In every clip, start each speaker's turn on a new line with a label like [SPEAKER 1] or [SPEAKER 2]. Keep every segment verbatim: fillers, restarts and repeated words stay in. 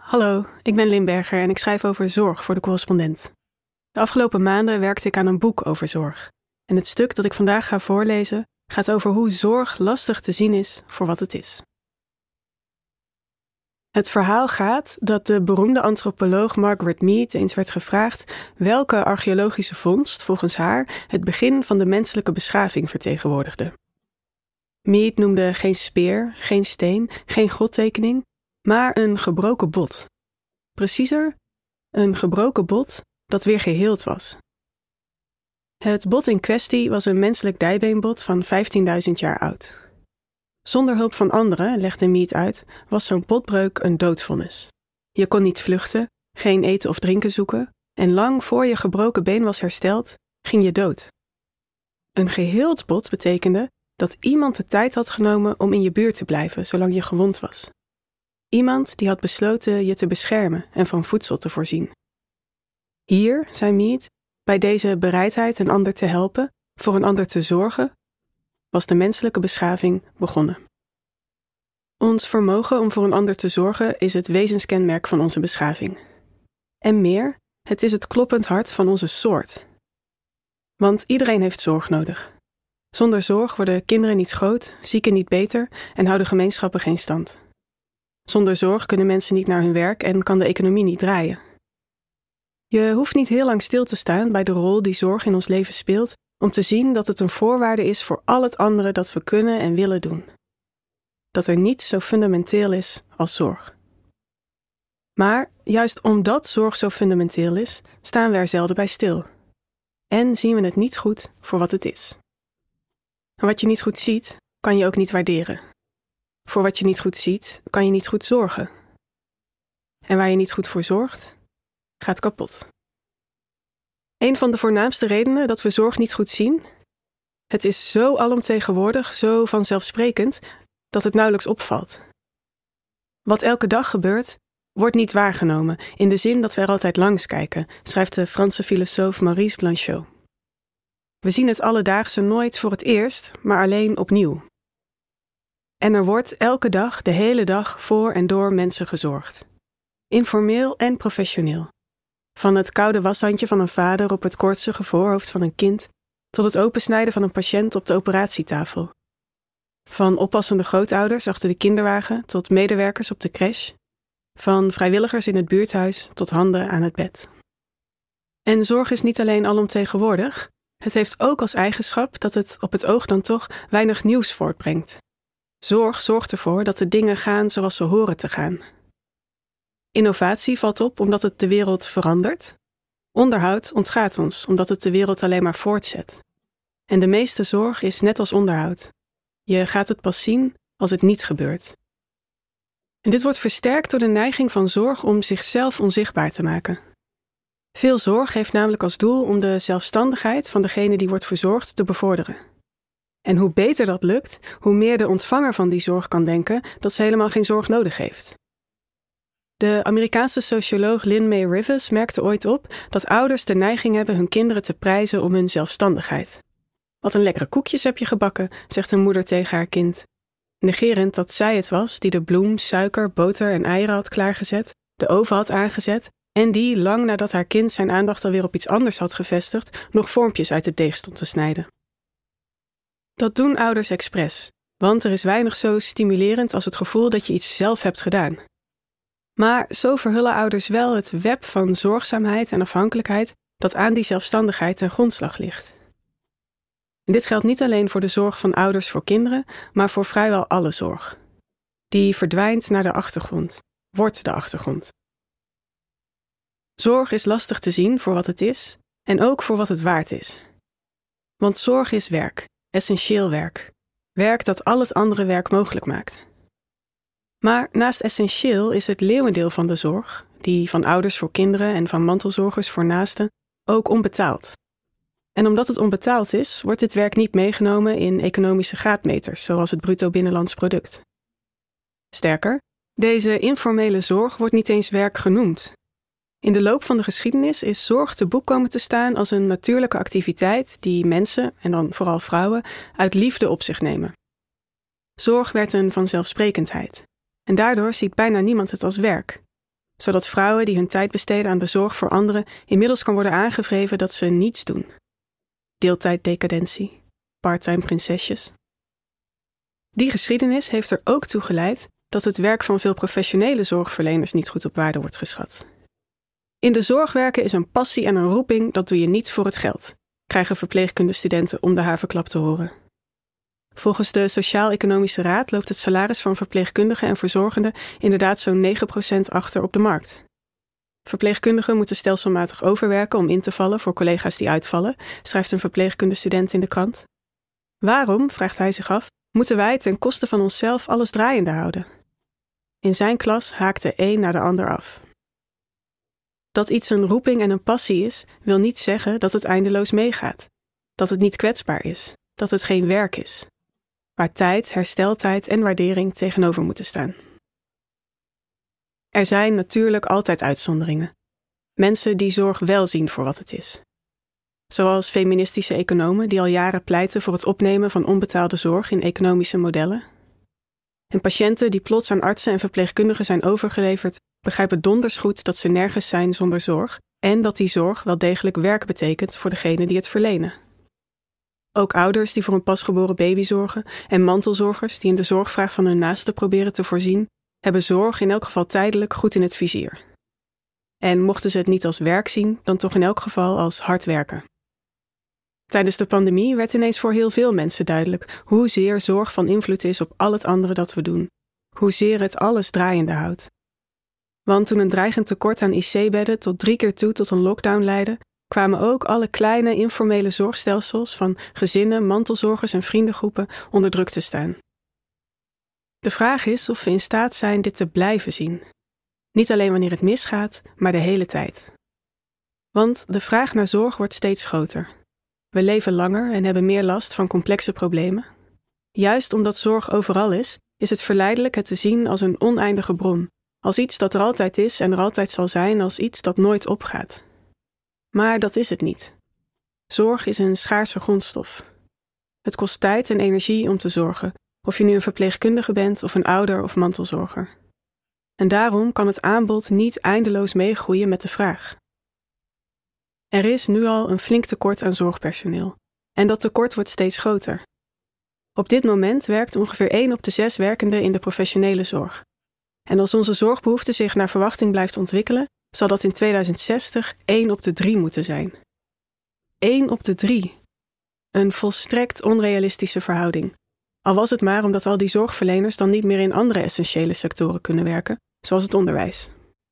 [SPEAKER 1] Hallo, ik ben Limberger en ik schrijf over zorg voor de correspondent. De afgelopen maanden werkte ik aan een boek over zorg. En het stuk dat ik vandaag ga voorlezen gaat over hoe zorg lastig te zien is voor wat het is. Het verhaal gaat dat de beroemde antropoloog Margaret Mead eens werd gevraagd welke archeologische vondst volgens haar het begin van de menselijke beschaving vertegenwoordigde. Mead noemde geen speer, geen steen, geen godtekening, maar een gebroken bot. Preciezer, een gebroken bot dat weer geheeld was. Het bot in kwestie was een menselijk dijbeenbot van vijftienduizend jaar oud. Zonder hulp van anderen, legde Mead uit, was zo'n botbreuk een doodvonnis. Je kon niet vluchten, geen eten of drinken zoeken, en lang voor je gebroken been was hersteld, ging je dood. Een geheeld bot betekende dat iemand de tijd had genomen om in je buurt te blijven zolang je gewond was. Iemand die had besloten je te beschermen en van voedsel te voorzien. Hier, zei Mead, bij deze bereidheid een ander te helpen, voor een ander te zorgen, was de menselijke beschaving begonnen. Ons vermogen om voor een ander te zorgen is het wezenskenmerk van onze beschaving. En meer, het is het kloppend hart van onze soort. Want iedereen heeft zorg nodig. Zonder zorg worden kinderen niet groot, zieken niet beter en houden gemeenschappen geen stand. Zonder zorg kunnen mensen niet naar hun werk en kan de economie niet draaien. Je hoeft niet heel lang stil te staan bij de rol die zorg in ons leven speelt om te zien dat het een voorwaarde is voor al het andere dat we kunnen en willen doen. Dat er niets zo fundamenteel is als zorg. Maar juist omdat zorg zo fundamenteel is, staan we er zelden bij stil. En zien we het niet goed voor wat het is. En wat je niet goed ziet, kan je ook niet waarderen. Voor wat je niet goed ziet, kan je niet goed zorgen. En waar je niet goed voor zorgt, gaat kapot. Een van de voornaamste redenen dat we zorg niet goed zien, het is zo alomtegenwoordig, zo vanzelfsprekend, dat het nauwelijks opvalt. Wat elke dag gebeurt, wordt niet waargenomen, in de zin dat we er altijd langs kijken, schrijft de Franse filosoof Maurice Blanchot. We zien het alledaagse nooit voor het eerst, maar alleen opnieuw. En er wordt elke dag, de hele dag, voor en door mensen gezorgd. Informeel en professioneel. Van het koude washandje van een vader op het koortsige voorhoofd van een kind, tot het opensnijden van een patiënt op de operatietafel. Van oppassende grootouders achter de kinderwagen tot medewerkers op de crash. Van vrijwilligers in het buurthuis tot handen aan het bed. En zorg is niet alleen alomtegenwoordig, het heeft ook als eigenschap dat het op het oog dan toch weinig nieuws voortbrengt. Zorg zorgt ervoor dat de dingen gaan zoals ze horen te gaan. Innovatie valt op omdat het de wereld verandert. Onderhoud ontgaat ons omdat het de wereld alleen maar voortzet. En de meeste zorg is net als onderhoud. Je gaat het pas zien als het niet gebeurt. En dit wordt versterkt door de neiging van zorg om zichzelf onzichtbaar te maken. Veel zorg heeft namelijk als doel om de zelfstandigheid van degene die wordt verzorgd te bevorderen. En hoe beter dat lukt, hoe meer de ontvanger van die zorg kan denken dat ze helemaal geen zorg nodig heeft. De Amerikaanse socioloog Lynn May Rivers merkte ooit op dat ouders de neiging hebben hun kinderen te prijzen om hun zelfstandigheid. Wat een lekkere koekjes heb je gebakken, zegt een moeder tegen haar kind. Negerend dat zij het was die de bloem, suiker, boter en eieren had klaargezet, de oven had aangezet en die, lang nadat haar kind zijn aandacht alweer op iets anders had gevestigd, nog vormpjes uit het deeg stond te snijden. Dat doen ouders expres, want er is weinig zo stimulerend als het gevoel dat je iets zelf hebt gedaan. Maar zo verhullen ouders wel het web van zorgzaamheid en afhankelijkheid dat aan die zelfstandigheid ten grondslag ligt. En dit geldt niet alleen voor de zorg van ouders voor kinderen, maar voor vrijwel alle zorg. Die verdwijnt naar de achtergrond, wordt de achtergrond. Zorg is lastig te zien voor wat het is en ook voor wat het waard is. Want zorg is werk, essentieel werk. Werk dat al het andere werk mogelijk maakt. Maar naast essentieel is het leeuwendeel van de zorg, die van ouders voor kinderen en van mantelzorgers voor naasten, ook onbetaald. En omdat het onbetaald is, wordt dit werk niet meegenomen in economische graadmeters, zoals het bruto binnenlands product. Sterker, deze informele zorg wordt niet eens werk genoemd. In de loop van de geschiedenis is zorg te boek komen te staan als een natuurlijke activiteit die mensen, en dan vooral vrouwen, uit liefde op zich nemen. Zorg werd een vanzelfsprekendheid. En daardoor ziet bijna niemand het als werk. zodat vrouwen die hun tijd besteden aan de zorg voor anderen inmiddels kan worden aangevreven dat ze niets doen. Deeltijddecadentie, parttime prinsesjes. Die geschiedenis heeft er ook toe geleid dat het werk van veel professionele zorgverleners niet goed op waarde wordt geschat. In de zorg werken is een passie en een roeping, dat doe je niet voor het geld, krijgen verpleegkundestudenten om de haverklap te horen. Volgens de Sociaal-Economische Raad loopt het salaris van verpleegkundigen en verzorgenden inderdaad zo'n negen procent achter op de markt. Verpleegkundigen moeten stelselmatig overwerken om in te vallen voor collega's die uitvallen, schrijft een verpleegkundestudent in de krant. Waarom, vraagt hij zich af, moeten wij ten koste van onszelf alles draaiende houden? In zijn klas haakt de een naar de ander af. Dat iets een roeping en een passie is, wil niet zeggen dat het eindeloos meegaat. Dat het niet kwetsbaar is, dat het geen werk is. Waar tijd, hersteltijd en waardering tegenover moeten staan. Er zijn natuurlijk altijd uitzonderingen. Mensen die zorg wel zien voor wat het is. Zoals feministische economen die al jaren pleiten voor het opnemen van onbetaalde zorg in economische modellen. En patiënten die plots aan artsen en verpleegkundigen zijn overgeleverd, begrijpen donders goed dat ze nergens zijn zonder zorg en dat die zorg wel degelijk werk betekent voor degene die het verlenen. Ook ouders die voor een pasgeboren baby zorgen en mantelzorgers die in de zorgvraag van hun naasten proberen te voorzien, hebben zorg in elk geval tijdelijk goed in het vizier. En mochten ze het niet als werk zien, dan toch in elk geval als hard werken. Tijdens de pandemie werd ineens voor heel veel mensen duidelijk hoezeer zorg van invloed is op al het andere dat we doen. Hoezeer het alles draaiende houdt. Want toen een dreigend tekort aan I C-bedden tot drie keer toe tot een lockdown leidde, kwamen ook alle kleine informele zorgstelsels van gezinnen, mantelzorgers en vriendengroepen onder druk te staan. De vraag is of we in staat zijn dit te blijven zien. Niet alleen wanneer het misgaat, maar de hele tijd. Want de vraag naar zorg wordt steeds groter. We leven langer en hebben meer last van complexe problemen. Juist omdat zorg overal is, is het verleidelijk het te zien als een oneindige bron. Als iets dat er altijd is en er altijd zal zijn, als iets dat nooit opgaat. Maar dat is het niet. Zorg is een schaarse grondstof. Het kost tijd en energie om te zorgen, of je nu een verpleegkundige bent of een ouder of mantelzorger. En daarom kan het aanbod niet eindeloos meegroeien met de vraag. Er is nu al een flink tekort aan zorgpersoneel. En dat tekort wordt steeds groter. Op dit moment werkt ongeveer één op de zes werkenden in de professionele zorg. En als onze zorgbehoefte zich naar verwachting blijft ontwikkelen, zal dat in tweeduizend zestig één op de drie moeten zijn. één op de drie. Een volstrekt onrealistische verhouding. Al was het maar omdat al die zorgverleners dan niet meer in andere essentiële sectoren kunnen werken, zoals het onderwijs.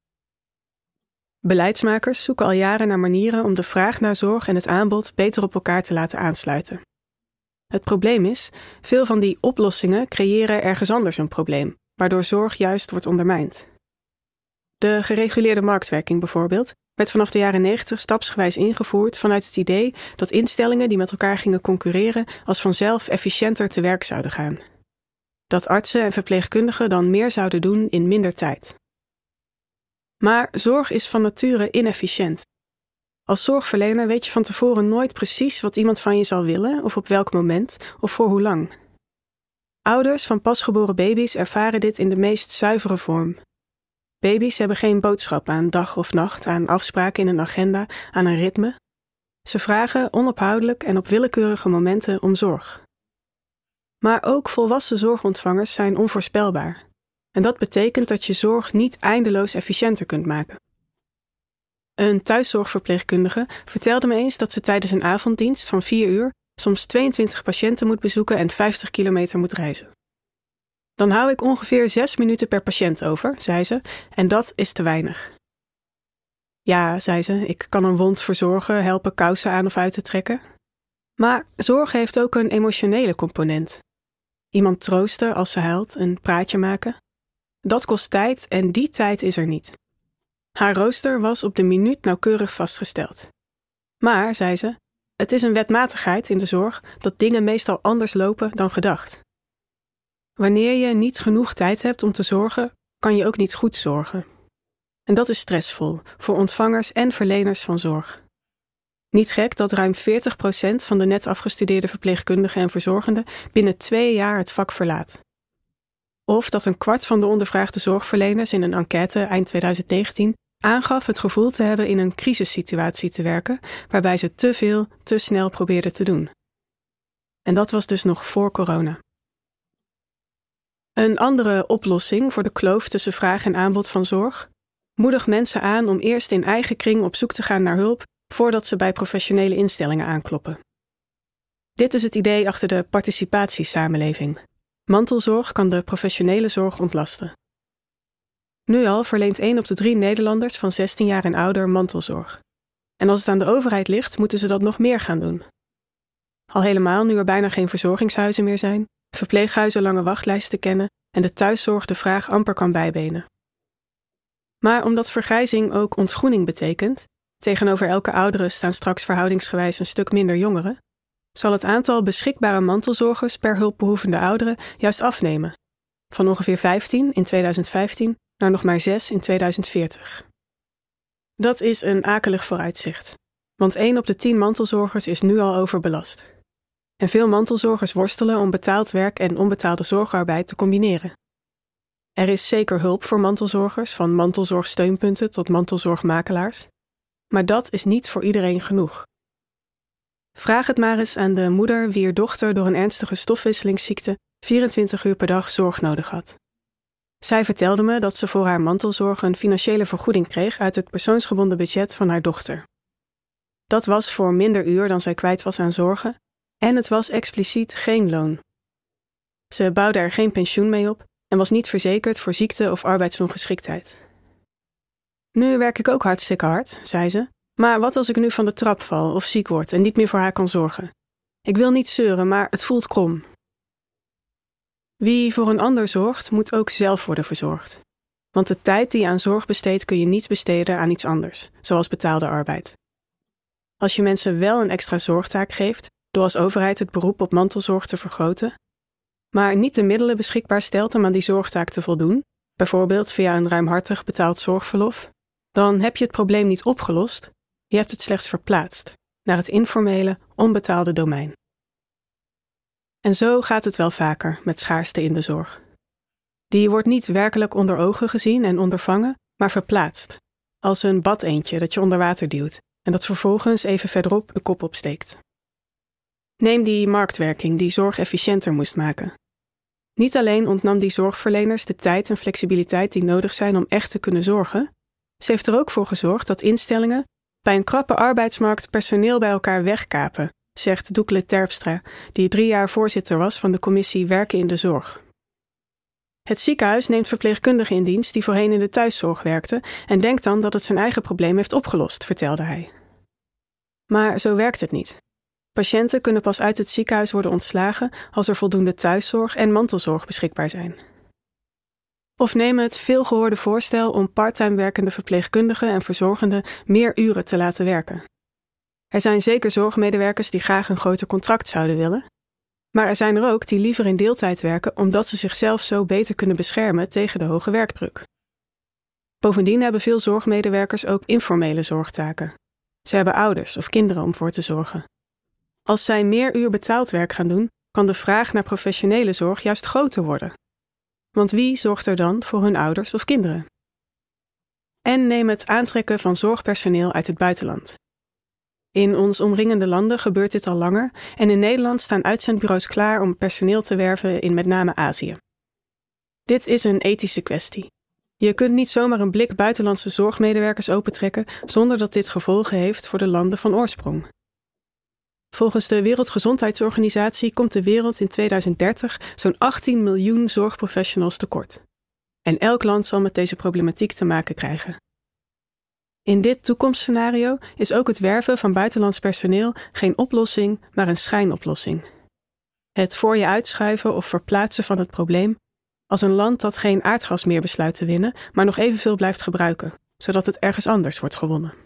[SPEAKER 1] Beleidsmakers zoeken al jaren naar manieren om de vraag naar zorg en het aanbod beter op elkaar te laten aansluiten. Het probleem is, veel van die oplossingen creëren ergens anders een probleem, waardoor zorg juist wordt ondermijnd. De gereguleerde marktwerking bijvoorbeeld werd vanaf de jaren negentig stapsgewijs ingevoerd vanuit het idee dat instellingen die met elkaar gingen concurreren als vanzelf efficiënter te werk zouden gaan. Dat artsen en verpleegkundigen dan meer zouden doen in minder tijd. Maar zorg is van nature inefficiënt. Als zorgverlener weet je van tevoren nooit precies wat iemand van je zal willen of op welk moment of voor hoe lang. Ouders van pasgeboren baby's ervaren dit in de meest zuivere vorm. Baby's hebben geen boodschap aan dag of nacht, aan afspraken in een agenda, aan een ritme. Ze vragen onophoudelijk en op willekeurige momenten om zorg. Maar ook volwassen zorgontvangers zijn onvoorspelbaar. En dat betekent dat je zorg niet eindeloos efficiënter kunt maken. Een thuiszorgverpleegkundige vertelde me eens dat ze tijdens een avonddienst van vier uur soms tweeëntwintig patiënten moet bezoeken en vijftig kilometer moet reizen. Dan hou ik ongeveer zes minuten per patiënt over, zei ze, en dat is te weinig. Ja, zei ze, ik kan een wond verzorgen, helpen kousen aan of uit te trekken. Maar zorg heeft ook een emotionele component. Iemand troosten als ze huilt, een praatje maken. Dat kost tijd en die tijd is er niet. Haar rooster was op de minuut nauwkeurig vastgesteld. Maar, zei ze, het is een wetmatigheid in de zorg dat dingen meestal anders lopen dan gedacht. Wanneer je niet genoeg tijd hebt om te zorgen, kan je ook niet goed zorgen. En dat is stressvol voor ontvangers en verleners van zorg. Niet gek dat ruim veertig procent van de net afgestudeerde verpleegkundigen en verzorgenden binnen twee jaar het vak verlaat. Of dat een kwart van de ondervraagde zorgverleners in een enquête eind twintig negentien aangaf het gevoel te hebben in een crisissituatie te werken, waarbij ze te veel, te snel probeerden te doen. En dat was dus nog voor corona. Een andere oplossing voor de kloof tussen vraag en aanbod van zorg: moedig mensen aan om eerst in eigen kring op zoek te gaan naar hulp voordat ze bij professionele instellingen aankloppen. Dit is het idee achter de participatiesamenleving. Mantelzorg kan de professionele zorg ontlasten. Nu al verleent één op de drie Nederlanders van zestien jaar en ouder mantelzorg. En als het aan de overheid ligt, moeten ze dat nog meer gaan doen. Al helemaal nu er bijna geen verzorgingshuizen meer zijn, verpleeghuizen lange wachtlijsten kennen en de thuiszorg de vraag amper kan bijbenen. Maar omdat vergrijzing ook ontgroening betekent, tegenover elke oudere staan straks verhoudingsgewijs een stuk minder jongeren, zal het aantal beschikbare mantelzorgers per hulpbehoevende ouderen juist afnemen. Van ongeveer vijftien in twintig vijftien naar nog maar zes in twintig veertig. Dat is een akelig vooruitzicht, want één op de tien mantelzorgers is nu al overbelast. En veel mantelzorgers worstelen om betaald werk en onbetaalde zorgarbeid te combineren. Er is zeker hulp voor mantelzorgers, van mantelzorgsteunpunten tot mantelzorgmakelaars. Maar dat is niet voor iedereen genoeg. Vraag het maar eens aan de moeder wier dochter door een ernstige stofwisselingsziekte vierentwintig uur per dag zorg nodig had. Zij vertelde me dat ze voor haar mantelzorg een financiële vergoeding kreeg uit het persoonsgebonden budget van haar dochter. Dat was voor minder uur dan zij kwijt was aan zorgen en het was expliciet geen loon. Ze bouwde er geen pensioen mee op en was niet verzekerd voor ziekte of arbeidsongeschiktheid. Nu werk ik ook hartstikke hard, zei ze, maar wat als ik nu van de trap val of ziek word en niet meer voor haar kan zorgen? Ik wil niet zeuren, maar het voelt krom. Wie voor een ander zorgt, moet ook zelf worden verzorgd. Want de tijd die je aan zorg besteedt kun je niet besteden aan iets anders, zoals betaalde arbeid. Als je mensen wel een extra zorgtaak geeft, door als overheid het beroep op mantelzorg te vergroten, maar niet de middelen beschikbaar stelt om aan die zorgtaak te voldoen, bijvoorbeeld via een ruimhartig betaald zorgverlof, dan heb je het probleem niet opgelost, je hebt het slechts verplaatst naar het informele, onbetaalde domein. En zo gaat het wel vaker met schaarste in de zorg. Die wordt niet werkelijk onder ogen gezien en ondervangen, maar verplaatst, als een badeendje dat je onder water duwt en dat vervolgens even verderop de kop opsteekt. Neem die marktwerking die zorg efficiënter moest maken. Niet alleen ontnam die zorgverleners de tijd en flexibiliteit die nodig zijn om echt te kunnen zorgen, ze heeft er ook voor gezorgd dat instellingen bij een krappe arbeidsmarkt personeel bij elkaar wegkapen, zegt Doekle Terpstra, die drie jaar voorzitter was van de commissie Werken in de Zorg. Het ziekenhuis neemt verpleegkundigen in dienst die voorheen in de thuiszorg werkten en denkt dan dat het zijn eigen probleem heeft opgelost, vertelde hij. Maar zo werkt het niet. Patiënten kunnen pas uit het ziekenhuis worden ontslagen als er voldoende thuiszorg en mantelzorg beschikbaar zijn. Of neem het veelgehoorde voorstel om parttime werkende verpleegkundigen en verzorgenden meer uren te laten werken. Er zijn zeker zorgmedewerkers die graag een groter contract zouden willen, maar er zijn er ook die liever in deeltijd werken omdat ze zichzelf zo beter kunnen beschermen tegen de hoge werkdruk. Bovendien hebben veel zorgmedewerkers ook informele zorgtaken. Ze hebben ouders of kinderen om voor te zorgen. Als zij meer uur betaald werk gaan doen, kan de vraag naar professionele zorg juist groter worden. Want wie zorgt er dan voor hun ouders of kinderen? En neem het aantrekken van zorgpersoneel uit het buitenland. In ons omringende landen gebeurt dit al langer en in Nederland staan uitzendbureaus klaar om personeel te werven in met name Azië. Dit is een ethische kwestie. Je kunt niet zomaar een blik buitenlandse zorgmedewerkers opentrekken zonder dat dit gevolgen heeft voor de landen van oorsprong. Volgens de Wereldgezondheidsorganisatie komt de wereld in tweeduizend dertig zo'n achttien miljoen zorgprofessionals tekort. En elk land zal met deze problematiek te maken krijgen. In dit toekomstscenario is ook het werven van buitenlands personeel geen oplossing, maar een schijnoplossing. Het voor je uitschuiven of verplaatsen van het probleem als een land dat geen aardgas meer besluit te winnen, maar nog evenveel blijft gebruiken, zodat het ergens anders wordt gewonnen.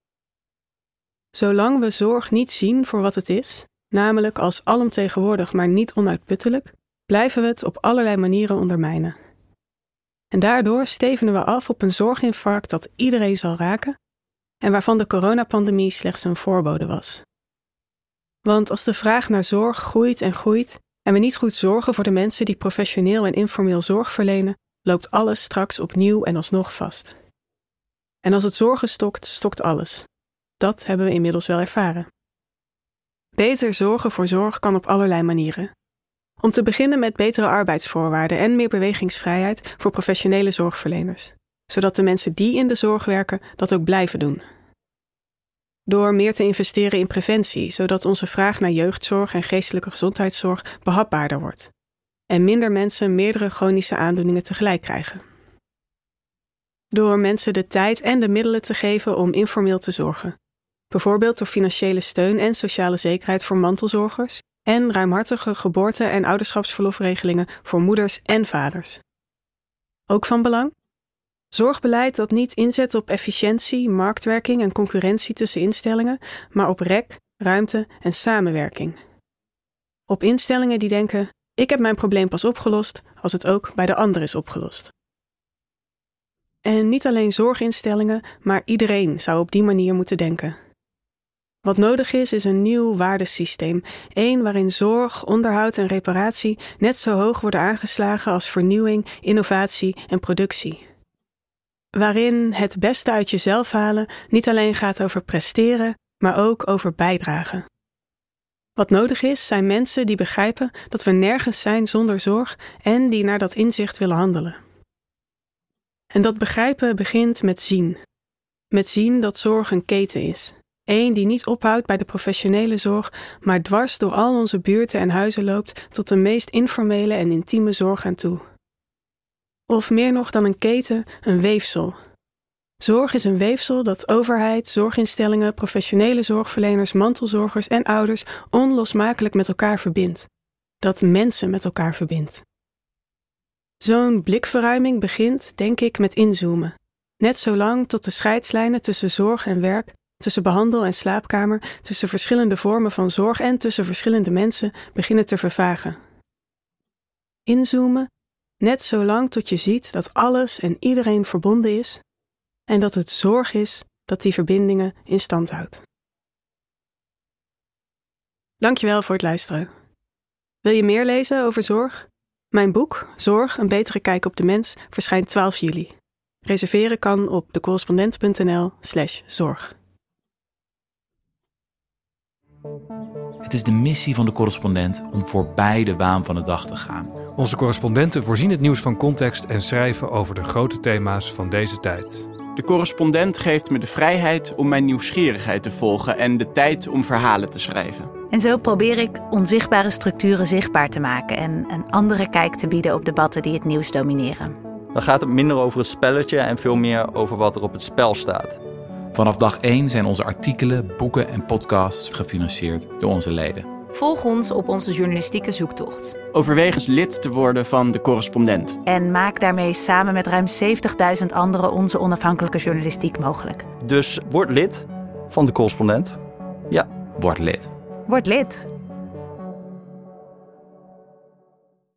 [SPEAKER 1] Zolang we zorg niet zien voor wat het is, namelijk als alomtegenwoordig maar niet onuitputtelijk, blijven we het op allerlei manieren ondermijnen. En daardoor stevenen we af op een zorginfarct dat iedereen zal raken en waarvan de coronapandemie slechts een voorbode was. Want als de vraag naar zorg groeit en groeit en we niet goed zorgen voor de mensen die professioneel en informeel zorg verlenen, loopt alles straks opnieuw en alsnog vast. En als het zorgen stokt, stokt alles. Dat hebben we inmiddels wel ervaren. Beter zorgen voor zorg kan op allerlei manieren. Om te beginnen met betere arbeidsvoorwaarden en meer bewegingsvrijheid voor professionele zorgverleners, zodat de mensen die in de zorg werken dat ook blijven doen. Door meer te investeren in preventie, zodat onze vraag naar jeugdzorg en geestelijke gezondheidszorg behapbaarder wordt. En minder mensen meerdere chronische aandoeningen tegelijk krijgen. Door mensen de tijd en de middelen te geven om informeel te zorgen. Bijvoorbeeld door financiële steun en sociale zekerheid voor mantelzorgers en ruimhartige geboorte- en ouderschapsverlofregelingen voor moeders en vaders. Ook van belang? Zorgbeleid dat niet inzet op efficiëntie, marktwerking en concurrentie tussen instellingen, maar op rek, ruimte en samenwerking. Op instellingen die denken, ik heb mijn probleem pas opgelost als het ook bij de ander is opgelost. En niet alleen zorginstellingen, maar iedereen zou op die manier moeten denken. Wat nodig is, is een nieuw waardesysteem. Één waarin zorg, onderhoud en reparatie net zo hoog worden aangeslagen als vernieuwing, innovatie en productie. Waarin het beste uit jezelf halen niet alleen gaat over presteren, maar ook over bijdragen. Wat nodig is, zijn mensen die begrijpen dat we nergens zijn zonder zorg en die naar dat inzicht willen handelen. En dat begrijpen begint met zien. Met zien dat zorg een keten is. Eén die niet ophoudt bij de professionele zorg, maar dwars door al onze buurten en huizen loopt tot de meest informele en intieme zorg aan toe. Of meer nog dan een keten, een weefsel. Zorg is een weefsel dat overheid, zorginstellingen, professionele zorgverleners, mantelzorgers en ouders onlosmakelijk met elkaar verbindt. Dat mensen met elkaar verbindt. Zo'n blikverruiming begint, denk ik, met inzoomen. Net zolang tot de scheidslijnen tussen zorg en werk, tussen behandel- en slaapkamer, tussen verschillende vormen van zorg en tussen verschillende mensen beginnen te vervagen. Inzoomen, net zolang tot je ziet dat alles en iedereen verbonden is en dat het zorg is dat die verbindingen in stand houdt. Dankjewel voor het luisteren. Wil je meer lezen over zorg? Mijn boek, Zorg, een betere kijk op de mens, verschijnt twaalf juli. Reserveren kan op decorrespondent.nl slash zorg.
[SPEAKER 2] Het is de missie van de correspondent om voorbij de waan van de dag te gaan.
[SPEAKER 3] Onze correspondenten voorzien het nieuws van context en schrijven over de grote thema's van deze tijd.
[SPEAKER 4] De correspondent geeft me de vrijheid om mijn nieuwsgierigheid te volgen en de tijd om verhalen te schrijven.
[SPEAKER 5] En zo probeer ik onzichtbare structuren zichtbaar te maken en een andere kijk te bieden op debatten die het nieuws domineren.
[SPEAKER 6] Dan gaat het minder over het spelletje en veel meer over wat er op het spel staat.
[SPEAKER 2] Vanaf dag één zijn onze artikelen, boeken en podcasts gefinancierd door onze leden.
[SPEAKER 7] Volg ons op onze journalistieke zoektocht.
[SPEAKER 4] Overweeg eens lid te worden van de correspondent.
[SPEAKER 5] En maak daarmee samen met ruim zeventigduizend anderen onze onafhankelijke journalistiek mogelijk.
[SPEAKER 6] Dus word lid van de correspondent. Ja.
[SPEAKER 2] Word lid.
[SPEAKER 5] Word lid.